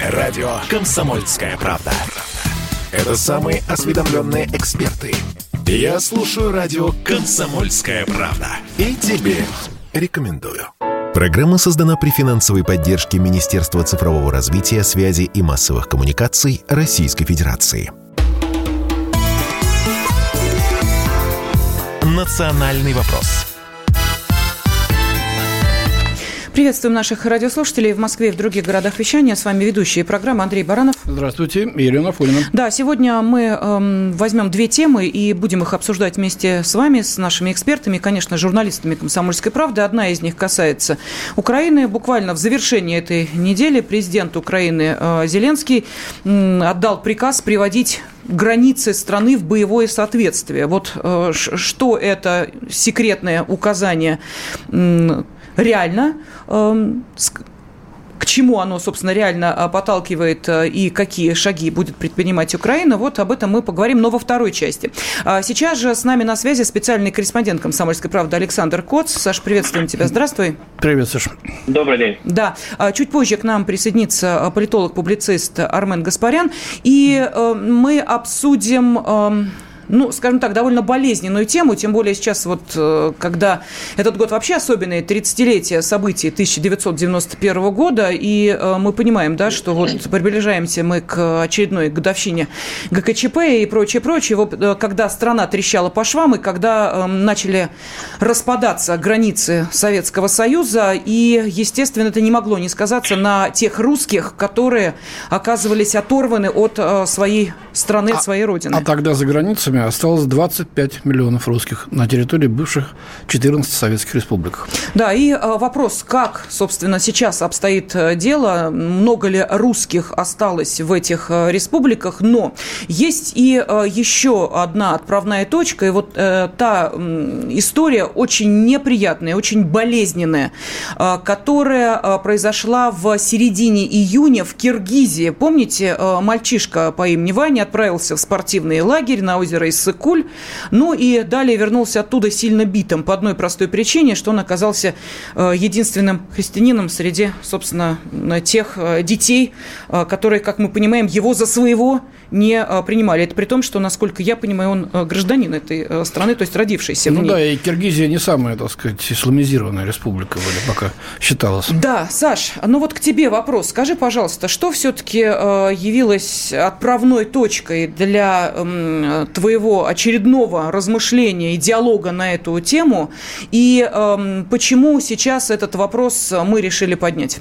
Радио «Комсомольская правда». Это самые осведомленные эксперты. Я слушаю радио «Комсомольская правда». И тебе рекомендую. Программа создана при финансовой поддержке Министерства цифрового развития, связи и массовых коммуникаций Российской Федерации. «Национальный вопрос». Приветствуем наших радиослушателей в Москве и в других городах вещания. С вами ведущие программы Андрей Баранов. Здравствуйте, Елена Афонина. Да, сегодня мы возьмем две темы и будем их обсуждать вместе с вами, с нашими экспертами, конечно, журналистами «Комсомольской правды». Одна из них касается Украины. Буквально в завершении этой недели президент Украины Зеленский отдал приказ приводить границы страны в боевое соответствие. Вот что это секретное указание реально, к чему оно, собственно, реально подталкивает и какие шаги будет предпринимать Украина, вот об этом мы поговорим, но во второй части. Сейчас же с нами на связи специальный корреспондент «Комсомольской правды» Александр Коц. Саш, приветствуем тебя, здравствуй. Привет, Саша. Добрый день. Да, чуть позже к нам присоединится политолог-публицист Армен Гаспарян, и мы обсудим... скажем так, довольно болезненную тему, тем более сейчас, когда этот год вообще особенный, 30-летие событий 1991 года, и мы понимаем, да, что приближаемся мы к очередной годовщине ГКЧП и прочее. Когда страна трещала по швам, и когда начали распадаться границы Советского Союза, и, естественно, это не могло не сказаться на тех русских, которые оказывались оторваны от своей страны, от своей родины. А тогда за границами осталось 25 миллионов русских на территории бывших 14 советских республик. Да, и вопрос, как, собственно, сейчас обстоит дело, много ли русских осталось в этих республиках, но есть и еще одна отправная точка, и та история очень неприятная, очень болезненная, которая произошла в середине июня в Киргизии. Помните, мальчишка по имени Ваня отправился в спортивный лагерь на озеро Иссык-Куль, и далее вернулся оттуда сильно битым по одной простой причине, что он оказался единственным христианином среди, собственно, тех детей, которые, как мы понимаем, его за своего не принимали. Это при том, что, насколько я понимаю, он гражданин этой страны, то есть родившийся в ней. Да, и Киргизия не самая, так сказать, исламизированная республика пока считалась. Да, Саш, к тебе вопрос. Скажи, пожалуйста, что все-таки явилось отправной точкой для твоего очередного размышления и диалога на эту тему, и почему сейчас этот вопрос мы решили поднять?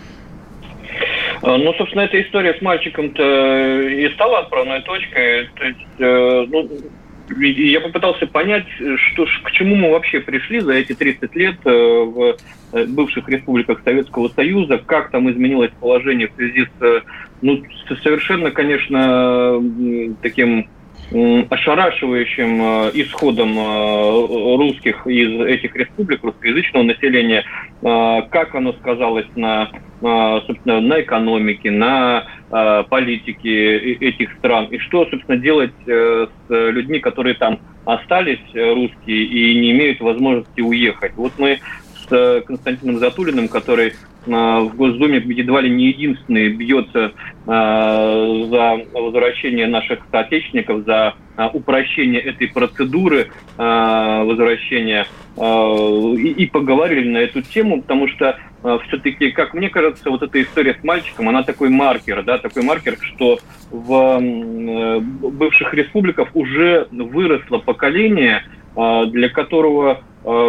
Собственно, эта история с мальчиком-то и стала отправной точкой. То есть, я попытался понять, к чему мы вообще пришли за эти 30 лет в бывших республиках Советского Союза, как там изменилось положение в связи с совершенно, конечно, таким ошарашивающим исходом русских из этих республик, русскоязычного населения, как оно сказалось собственно, на экономике, на политике этих стран, и что, собственно, делать с людьми, которые там остались, русские, и не имеют возможности уехать. Мы с Константином Затулиным, который в Госдуме едва ли не единственный бьется за возвращение наших соотечественников, за упрощение этой процедуры возвращения, и поговорили на эту тему, потому что все-таки, как мне кажется, эта история с мальчиком, она такой маркер, что в бывших республиках уже выросло поколение, для которого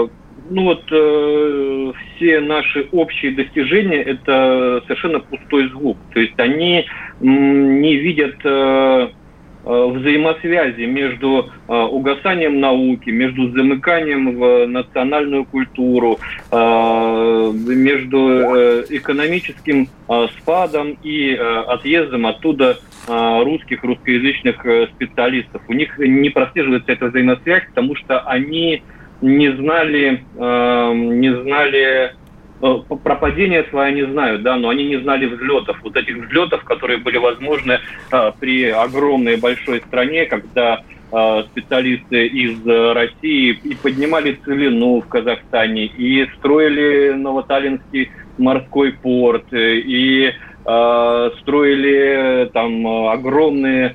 все наши общие достижения – это совершенно пустой звук. То есть они не видят взаимосвязи между угасанием науки, между замыканием в национальную культуру, между экономическим спадом и отъездом оттуда русскоязычных специалистов. У них не прослеживается эта взаимосвязь, потому что они не знали про падение свое не знают, но они не знали взлетов. Этих взлетов, которые были возможны при огромной большой стране, когда специалисты из России и поднимали целину в Казахстане, и строили Новоталинский морской порт, и строили там огромные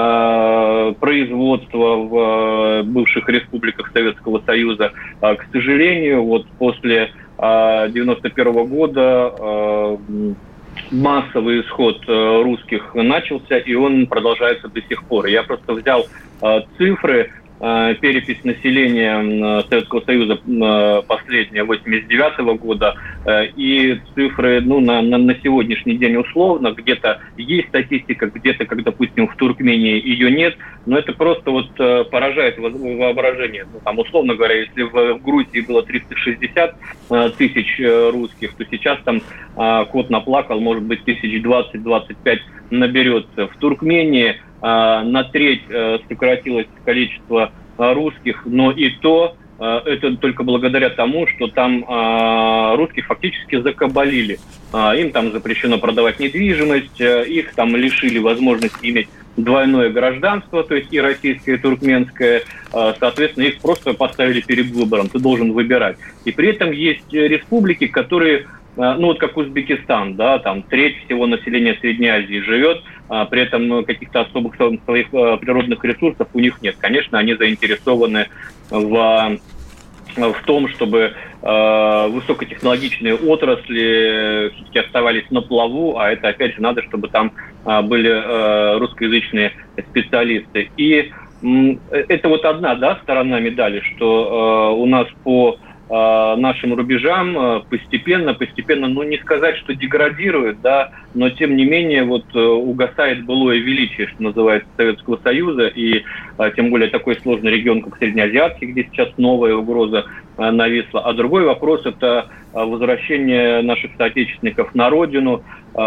производства в бывших республиках Советского Союза. К сожалению, вот после 1991 года массовый исход русских начался, и он продолжается до сих пор. Я просто взял цифры, перепись населения Советского Союза последняя, 89 года, и цифры на сегодняшний день условно, где-то есть статистика, где-то, как, допустим, в Туркмении ее нет, но это просто вот поражает воображение. Там, условно говоря, если в Грузии было 360 тысяч русских, то сейчас там кот наплакал, может быть, 1020-25 наберется. В Туркмении на треть сократилось количество русских, но и то это только благодаря тому, что там русских фактически закабалили. Им там запрещено продавать недвижимость, их там лишили возможности иметь двойное гражданство, то есть и российское, и туркменское. Соответственно, их просто поставили перед выбором. Ты должен выбирать. И при этом есть республики, которые, вот как Узбекистан, да, там треть всего населения Средней Азии живет, при этом каких-то особых своих природных ресурсов у них нет. Конечно, они заинтересованы в том, чтобы высокотехнологичные отрасли все-таки оставались на плаву, а это, опять же, надо, чтобы там были русскоязычные специалисты. И это вот одна, сторона медали, что у нас по нашим рубежам постепенно, не сказать, что деградирует, да, но тем не менее вот угасает былое величие, что называется, Советского Союза, и тем более такой сложный регион, как Среднеазиатский, где сейчас новая угроза нависла. А другой вопрос – это возвращение наших соотечественников на родину.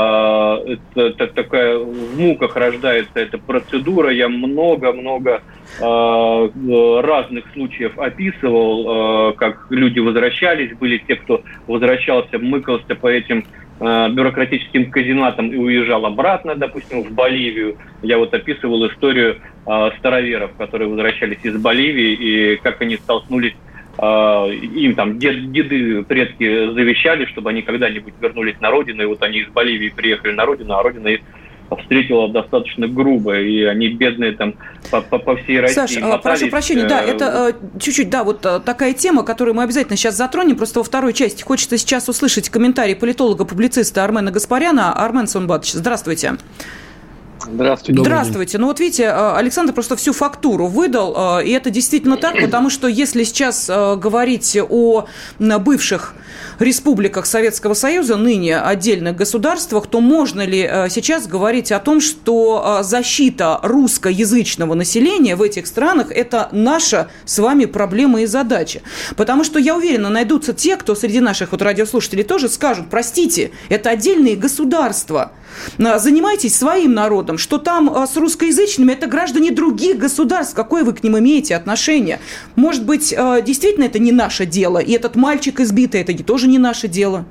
Это такая в муках рождается эта процедура. Я много разных случаев описывал, как люди возвращались. Были те, кто возвращался, мыкался по этим бюрократическим казематам и уезжал обратно, допустим, в Боливию. Я вот описывал историю староверов, которые возвращались из Боливии, и как они столкнулись, им там деды, предки завещали, чтобы они когда-нибудь вернулись на родину, и вот они из Боливии приехали на родину, а родина их встретила достаточно грубо, и они бедные там по всей России. Саш, прошу прощения, да, это чуть-чуть, да, вот такая тема, которую мы обязательно сейчас затронем, просто во второй части хочется сейчас услышать комментарий политолога-публициста Армена Гаспаряна. Армен Сонбатович, здравствуйте. Здравствуйте. Ну вот видите, Александр просто всю фактуру выдал, и это действительно так, потому что если сейчас говорить о бывших республиках Советского Союза, ныне отдельных государствах, то можно ли сейчас говорить о том, что защита русскоязычного населения в этих странах – это наша с вами проблема и задача? Потому что, я уверена, найдутся те, кто среди наших вот радиослушателей тоже скажут: простите, это отдельные государства. Занимайтесь своим народом, что там с русскоязычными, это граждане других государств, какое вы к ним имеете отношение? Может быть, действительно это не наше дело, и этот мальчик избитый, это тоже не наше дело?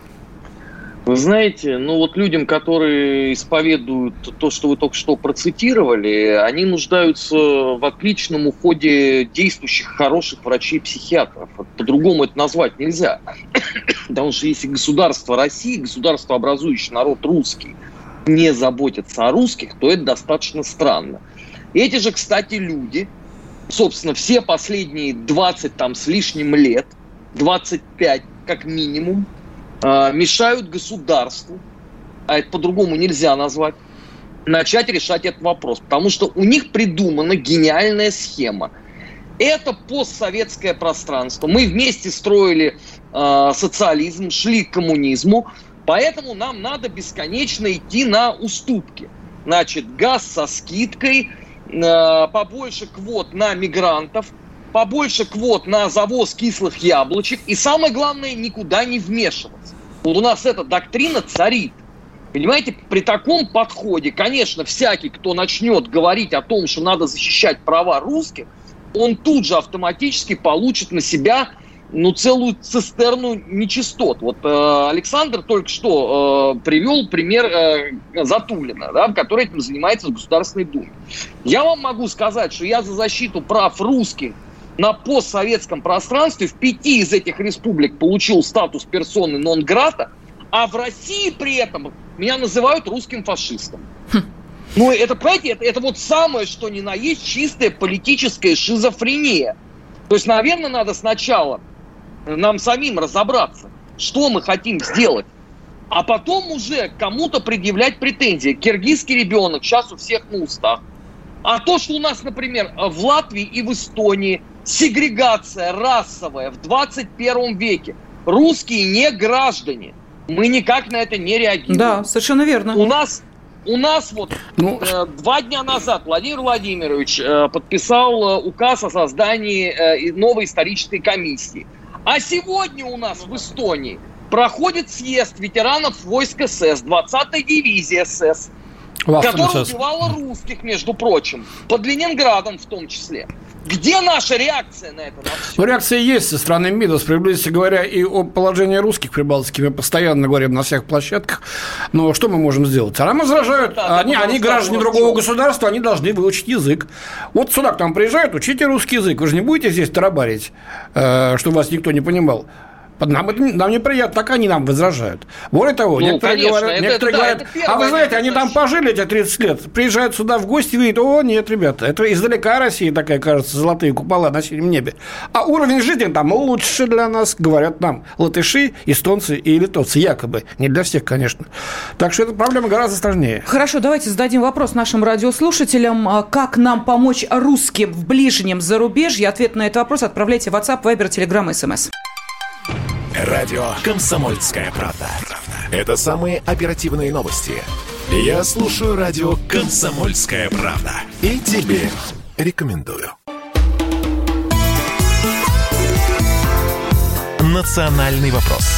Вы знаете, вот людям, которые исповедуют то, что вы только что процитировали, они нуждаются в отличном уходе действующих хороших врачей и психиатров. По-другому это назвать нельзя. Потому что если государство России, государство, образующее народ русский, не заботится о русских, то это достаточно странно. Эти же, кстати, люди, собственно, все последние 20 там с лишним лет, 25 как минимум, мешают государству, а это по-другому нельзя назвать, начать решать этот вопрос. Потому что у них придумана гениальная схема. Это постсоветское пространство. Мы вместе строили социализм, шли к коммунизму, поэтому нам надо бесконечно идти на уступки. Значит, газ со скидкой, побольше квот на мигрантов, побольше квот на завоз кислых яблочек и, самое главное, никуда не вмешиваться. Вот у нас эта доктрина царит. Понимаете, при таком подходе, конечно, всякий, кто начнет говорить о том, что надо защищать права русских, он тут же автоматически получит на себя целую цистерну нечистот. Вот Александр только что привел пример Затулина, да, который этим занимается в Государственной Думе. Я вам могу сказать, что я за защиту прав русских на постсоветском пространстве в 5 из этих республик получил статус персоны нон-грата, А в России при этом меня называют русским фашистом. Ну, это, понимаете, это вот самое, что ни на есть, чистая политическая шизофрения. То есть, наверное, надо сначала нам самим разобраться, что мы хотим сделать, а потом уже кому-то предъявлять претензии. Киргизский ребенок сейчас у всех на устах. А то, что у нас, например, в Латвии и в Эстонии сегрегация расовая в 21 веке, русские не граждане, мы никак на это не реагируем. Да, совершенно верно. У нас вот 2 дня назад Владимир Владимирович подписал указ о создании новой исторической комиссии. А сегодня у нас в Эстонии проходит съезд ветеранов войск СС, 20-й дивизии СС, которая убивала русских, между прочим, под Ленинградом в том числе. Где наша реакция на это? Ну, реакция есть со стороны МИДа. Справедливости говоря, и о положении русских в Прибалтике мы постоянно говорим на всех площадках. Но что мы можем сделать? А нам возражают. Они граждане другого государства, они должны выучить язык. Вот сюда к нам приезжают, учите русский язык. Вы же не будете здесь тарабарить, чтобы вас никто не понимал. Нам неприятно, так они нам возражают. Более того, некоторые говорят, а вы знаете, они там пожили эти 30 лет, приезжают сюда в гости и говорят, о, нет, ребята, это издалека Россия такая, кажется, золотые купола на синем небе. А уровень жизни там лучше для нас, говорят нам латыши, эстонцы и литовцы, якобы. Не для всех, конечно. Так что эта проблема гораздо сложнее. Хорошо, давайте зададим вопрос нашим радиослушателям. Как нам помочь русским в ближнем зарубежье? Ответ на этот вопрос отправляйте в WhatsApp, Viber, Telegram, SMS. Радио «Комсомольская правда». Это самые оперативные новости. Я слушаю радио «Комсомольская правда». И тебе рекомендую. «Национальный вопрос».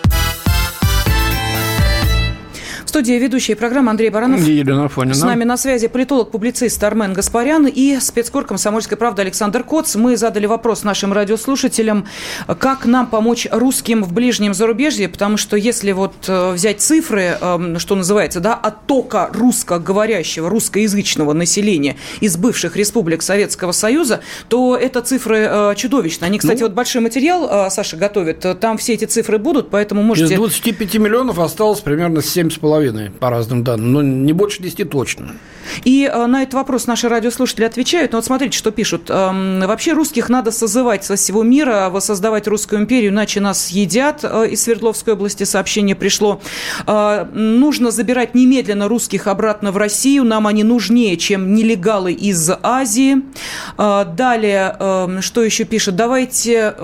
В студии ведущая программы Андрей Баранов. Елена Афонина. С нами на связи политолог-публицист Армен Гаспарян и спецкор «Комсомольской правды» Александр Коц. Мы задали вопрос нашим радиослушателям, как нам помочь русским в ближнем зарубежье, потому что если вот взять цифры, что называется, да, оттока русскоговорящего, русскоязычного населения из бывших республик Советского Союза, то это цифры чудовищные. Они, кстати, вот большой материал Саша готовит, там все эти цифры будут, поэтому можете... Из 25 миллионов осталось примерно 7,5 по разным данным, но не больше 10 точно. И на этот вопрос наши радиослушатели отвечают. Но вот смотрите, что пишут. Вообще русских надо созывать со всего мира, воссоздавать русскую империю, иначе нас съедят. Из Свердловской области сообщение пришло. Нужно забирать немедленно русских обратно в Россию. Нам они нужнее, чем нелегалы из Азии. Далее, что еще пишут? Давайте...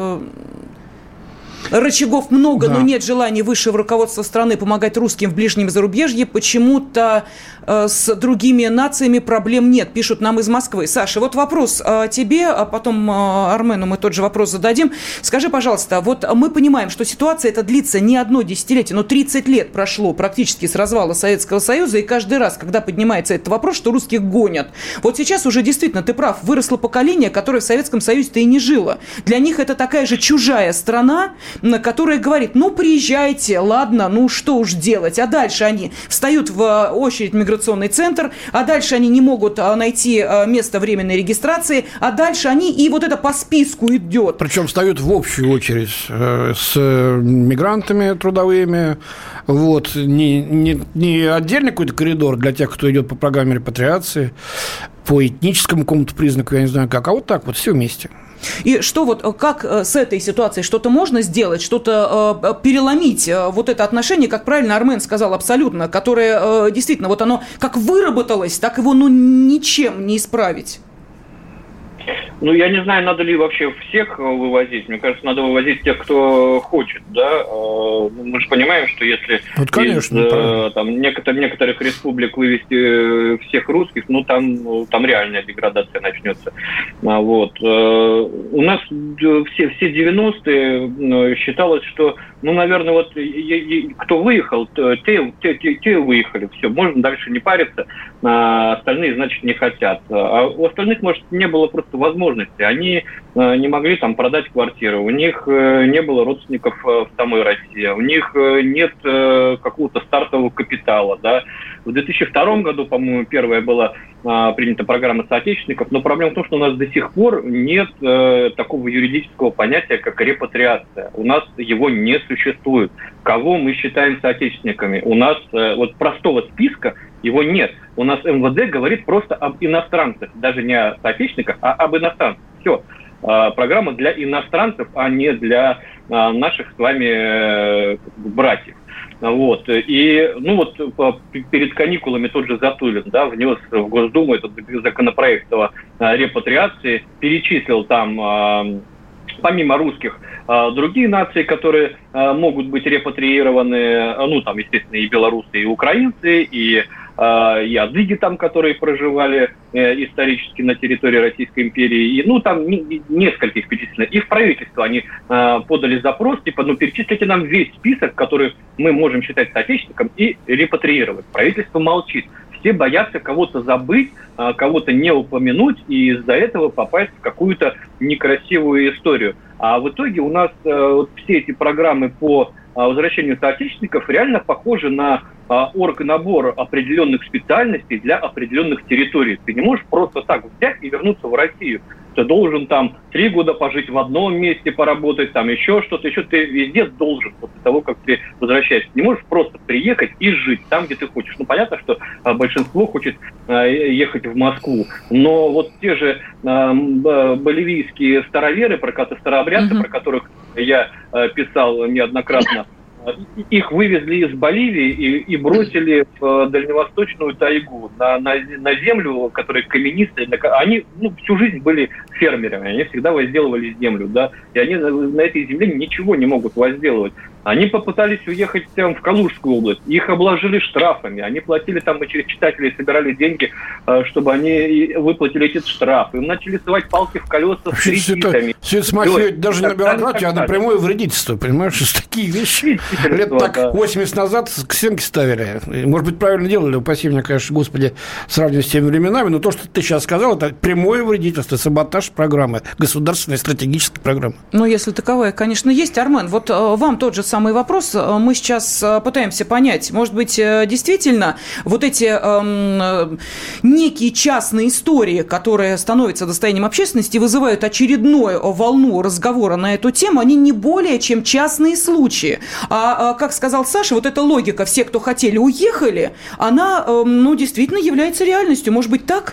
Рычагов много, да. Но нет желания высшего руководства страны помогать русским в ближнем зарубежье. Почему-то с другими нациями проблем нет, пишут нам из Москвы. Саша, вот вопрос тебе, а потом Армену мы тот же вопрос зададим. Скажи, пожалуйста, вот мы понимаем, что ситуация эта длится не одно десятилетие, но 30 лет прошло практически с развала Советского Союза, и каждый раз, когда поднимается этот вопрос, что русских гонят. Вот сейчас уже действительно, ты прав, выросло поколение, которое в Советском Союзе-то и не жило. Для них это такая же чужая страна, которая говорит, ну, приезжайте, ладно, ну, что уж делать. А дальше они встают в очередь в миграционный центр, а дальше они не могут найти место временной регистрации, а дальше они, и вот это по списку идет. Причем встают в общую очередь с мигрантами трудовыми, вот, не отдельный какой-то коридор для тех, кто идет по программе репатриации, по этническому какому-то признаку, я не знаю как, а вот так вот, все вместе. И что вот, как с этой ситуацией что-то можно сделать, что-то переломить, вот это отношение, как правильно Армен сказал, абсолютно, которое действительно, вот оно как выработалось, так его, ну, ничем не исправить? Ну, я не знаю, надо ли вообще всех вывозить. Мне кажется, надо вывозить тех, кто хочет, да. Мы же понимаем, что если вот, конечно, из там, некоторых республик вывести всех русских, ну, там реальная деградация начнется. Вот. У нас все 90-е считалось, что, ну, наверное, вот кто выехал, те выехали, все, можно дальше не париться, а остальные, значит, не хотят. А у остальных, может, не было просто возможности возможности. Они не могли там продать квартиру, у них не было родственников в самой России, у них нет какого-то стартового капитала, да. В 2002 году, по-моему, первая была принята программа соотечественников, но проблема в том, что у нас до сих пор нет такого юридического понятия, как репатриация. У нас его не существует. Кого мы считаем соотечественниками? У нас вот простого списка его нет. У нас МВД говорит просто об иностранцах, даже не о соотечественниках, а об иностранцах. Все. Программа для иностранцев, а не для наших с вами братьев. Вот. И, перед каникулами тот же Затулин, да, внес в Госдуму этот законопроект о репатриации, перечислил там, помимо русских, другие нации, которые могут быть репатриированы, естественно, и белорусы, и украинцы, и адыги там, которые проживали исторически на территории Российской империи, и, там нескольких перечислено. И в правительство они подали запрос, перечислите нам весь список, который мы можем считать соотечественником, и репатриировать. Правительство молчит. Все боятся кого-то забыть, кого-то не упомянуть, и из-за этого попасть в какую-то некрасивую историю. А в итоге у нас все эти программы по возвращению соотечественников реально похожи на оргнабор определенных специальностей для определенных территорий. Ты не можешь просто так взять и вернуться в Россию. Ты должен там 3 года пожить в одном месте, поработать, там еще что-то, еще ты везде должен после того, как ты возвращаешься. Не можешь просто приехать и жить там, где ты хочешь. Понятно, что большинство хочет ехать в Москву, но вот те же боливийские староверы, старообрядцы, про которых я писал неоднократно, их вывезли из Боливии и бросили в дальневосточную тайгу, на землю, которая каменистая. Они всю жизнь были фермерами, они всегда возделывали землю, да, и они на этой земле ничего не могут возделывать. Они попытались уехать в Калужскую область, их обложили штрафами, они платили там, мы через читателей собирали деньги, чтобы они выплатили эти штрафы, им начали совать палки в колеса с кредитами. Все это смахивает даже на бюрократию, а на прямое вредительство, понимаешь, что такие вещи лет так 80 назад к стенке ставили. Может быть, правильно делали, упаси меня, конечно, Господи, сравнивать с теми временами, но то, что ты сейчас сказал, это прямое вредительство, саботаж программы, государственной стратегической программы. Если таковая, конечно, есть. Армен, вот вам тот же самый вопрос. Мы сейчас пытаемся понять, может быть, действительно, вот эти некие частные истории, которые становятся достоянием общественности, вызывают очередную волну разговора на эту тему, они не более чем частные случаи. А как сказал Саша, вот эта логика «все, кто хотели, уехали», она, действительно является реальностью. Может быть, так?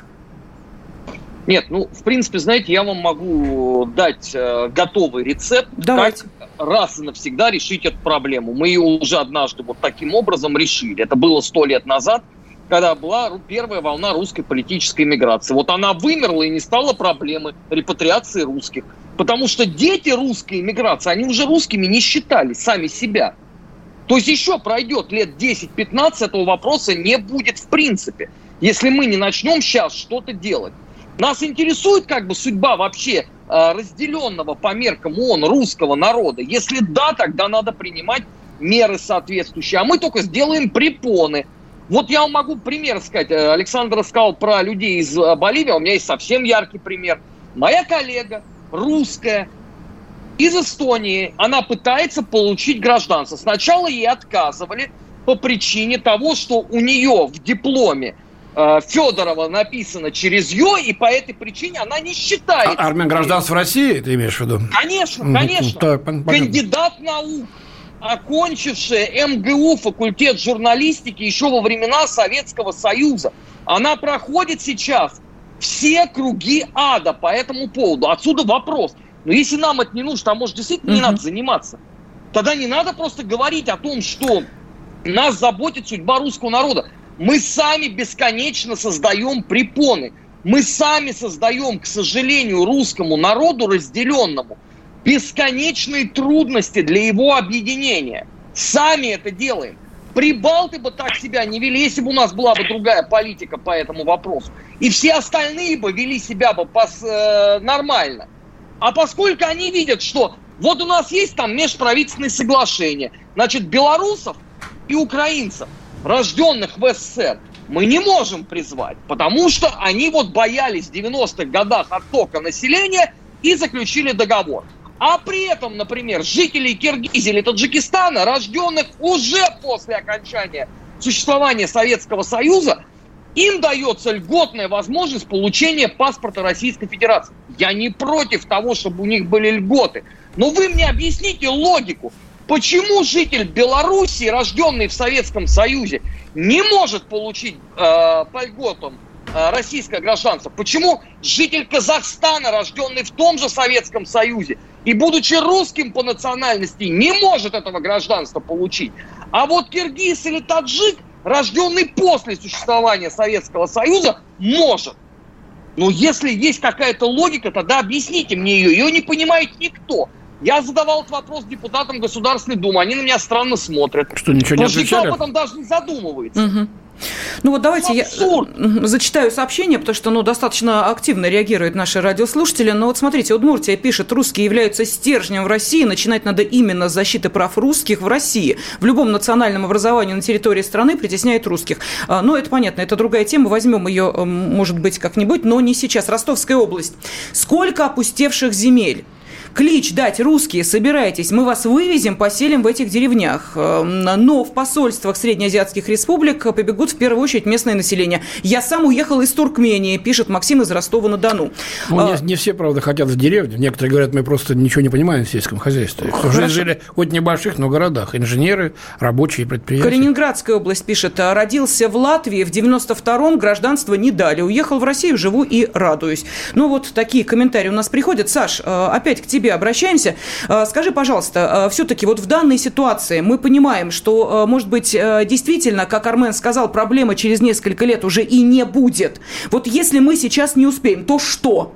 Нет, в принципе, знаете, я вам могу дать готовый рецепт, Давайте. Как раз и навсегда решить эту проблему. Мы ее уже однажды вот таким образом решили. Это было 100 лет назад, когда была первая волна русской политической миграции. Вот она вымерла, и не стало проблемы репатриации русских. Потому что дети русской миграции, они уже русскими не считали сами себя. То есть еще пройдет лет 10-15, этого вопроса не будет в принципе, если мы не начнем сейчас что-то делать. Нас интересует судьба вообще разделенного по меркам ООН русского народа. Если да, тогда надо принимать меры соответствующие. А мы только сделаем препоны. Вот я вам могу пример сказать. Александр сказал про людей из Боливии. У меня есть совсем яркий пример. Моя коллега, русская, из Эстонии, она пытается получить гражданство. Сначала ей отказывали по причине того, что у нее в дипломе Федорова написано через «ё», и по этой причине она не считает. Армен, гражданство России, ты имеешь в виду? Конечно, конечно. Кандидат наук, окончившая МГУ, факультет журналистики еще во времена Советского Союза. Она проходит сейчас все круги ада по этому поводу. Отсюда вопрос. Но если нам это не нужно, а может действительно не надо заниматься, тогда не надо просто говорить о том, что нас заботит судьба русского народа. Мы сами бесконечно создаем препоны. Мы сами создаем, к сожалению, русскому народу разделенному бесконечные трудности для его объединения. Сами это делаем. Прибалты бы так себя не вели, если бы у нас была бы другая политика по этому вопросу. И все остальные бы вели себя бы нормально. А поскольку они видят, что вот у нас есть там межправительственные соглашения, значит, белорусов и украинцев, рожденных в СССР, мы не можем призвать, потому что они вот боялись в 90-х годах оттока населения и заключили договор. А при этом, например, жителей Киргизии или Таджикистана, рожденных уже после окончания существования Советского Союза, им дается льготная возможность получения паспорта Российской Федерации. Я не против того, чтобы у них были льготы. Но вы мне объясните логику. Почему житель Белоруссии, рожденный в Советском Союзе, не может получить по льготам российское гражданство? Почему житель Казахстана, рожденный в том же Советском Союзе и будучи русским по национальности, не может этого гражданства получить? А вот киргиз или таджик, рожденный после существования Советского Союза, может. Но если есть какая-то логика, тогда объясните мне ее. Ее не понимает никто. Я задавал этот вопрос депутатам Государственной Думы. Они на меня странно смотрят. Что, ничего не отвечали? Никто об этом даже не задумывается. Угу. Ну вот давайте я зачитаю сообщение, потому что достаточно активно реагируют наши радиослушатели. Но вот смотрите, Удмуртия пишет: русские являются стержнем в России. Начинать надо именно с защиты прав русских в России. В любом национальном образовании на территории страны притесняют русских. Но это понятно, это другая тема. Возьмем ее, может быть, как-нибудь, но не сейчас. Ростовская область. Сколько опустевших земель? Клич дать: русские, собирайтесь, мы вас вывезем, поселим в этих деревнях. Но в посольствах среднеазиатских республик побегут в первую очередь местное население. Я сам уехал из Туркмении, пишет Максим из Ростова-на-Дону. Не все, правда, хотят в деревню. Некоторые говорят, мы просто ничего не понимаем в сельском хозяйстве. Жили хоть в небольших, но городах. Инженеры, рабочие предприятия. Калининградская область пишет: родился в Латвии, в 92-м гражданство не дали. Уехал в Россию, живу и радуюсь. Ну вот такие комментарии у нас приходят. Саш, опять к тебе обращаемся. Скажи, пожалуйста, все-таки вот в данной ситуации мы понимаем, что, может быть, действительно, как Армен сказал, проблемы через несколько лет уже и не будет. Вот если мы сейчас не успеем, то что?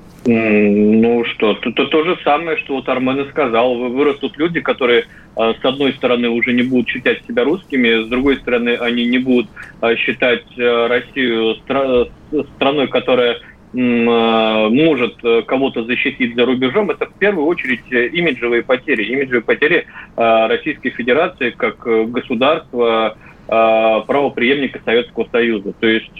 Ну что, то же самое, что вот Армен и сказал. Вырастут люди, которые, с одной стороны, уже не будут считать себя русскими, с другой стороны, они не будут считать Россию страной, которая может кого-то защитить за рубежом. Это в первую очередь имиджевые потери Российской Федерации как государства, правопреемника Советского Союза. То есть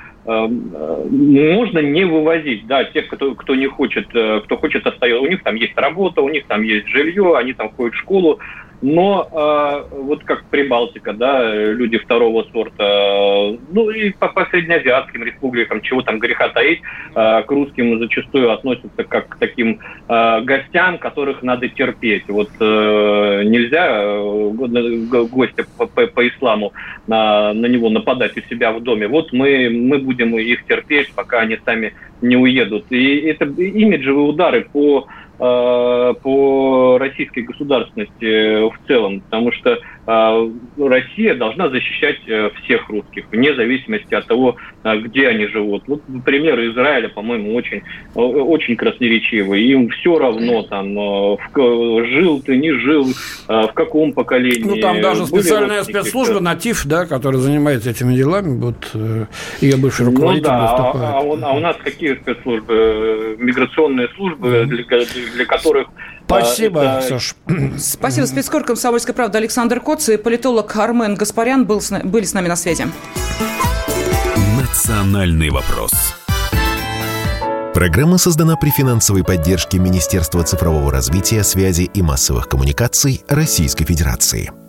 можно не вывозить, да, тех, кто не хочет, кто хочет остаться. У них там есть работа, у них там есть жилье, они там ходят в школу. Но вот как Прибалтика, да, люди второго сорта, ну и по среднеазиатским республикам, чего там греха таить, к русским зачастую относятся как к таким гостям, которых надо терпеть. Вот нельзя гостя по исламу на него нападать у себя в доме. Вот мы будем их терпеть, пока они сами не уедут. И это имиджевые удары по российской государственности в целом, потому что Россия должна защищать всех русских, вне зависимости от того, где они живут. Вот пример Израиля, по-моему, очень красноречивый. Им все равно, там, жил ты, не жил, в каком поколении. Ну, там даже специальная спецслужба, НАТИФ, да, которая занимается этими делами, вот ее бывший руководитель выступает. А у нас какие спецслужбы? Миграционные службы, для которых... Спасибо, Саш. Спасибо. Спецкор «Комсомольской правды» Александр Коц и политолог Армен Гаспарян были с нами на связи. «Национальный вопрос». Программа создана при финансовой поддержке Министерства цифрового развития, связи и массовых коммуникаций Российской Федерации.